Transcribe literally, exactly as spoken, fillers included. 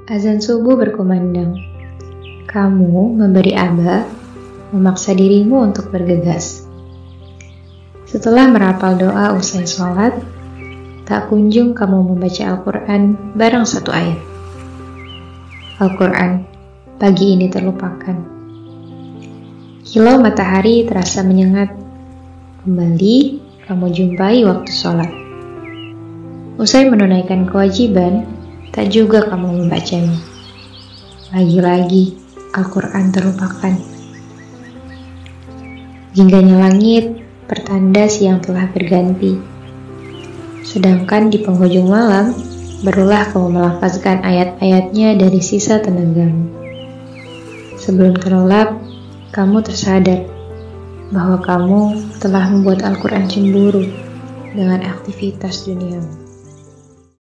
Azan subuh berkumandang. Kamu memberi aba, memaksa dirimu untuk bergegas. Setelah merapal doa usai sholat, tak kunjung kamu membaca Al-Quran bareng satu ayat. Al-Quran, pagi ini terlupakan. Kilau matahari terasa menyengat. Kembali kamu jumpai waktu sholat. Usai menunaikan kewajiban, tak juga kamu membacanya. Lagi-lagi Al-Quran terlupakan. Jingganya langit pertanda siang telah berganti. Sedangkan di penghujung malam, barulah kamu melafazkan ayat-ayatnya dari sisa tenagamu. Sebelum terlelap, kamu tersadar bahwa kamu telah membuat Al-Quran cemburu dengan aktivitas duniamu.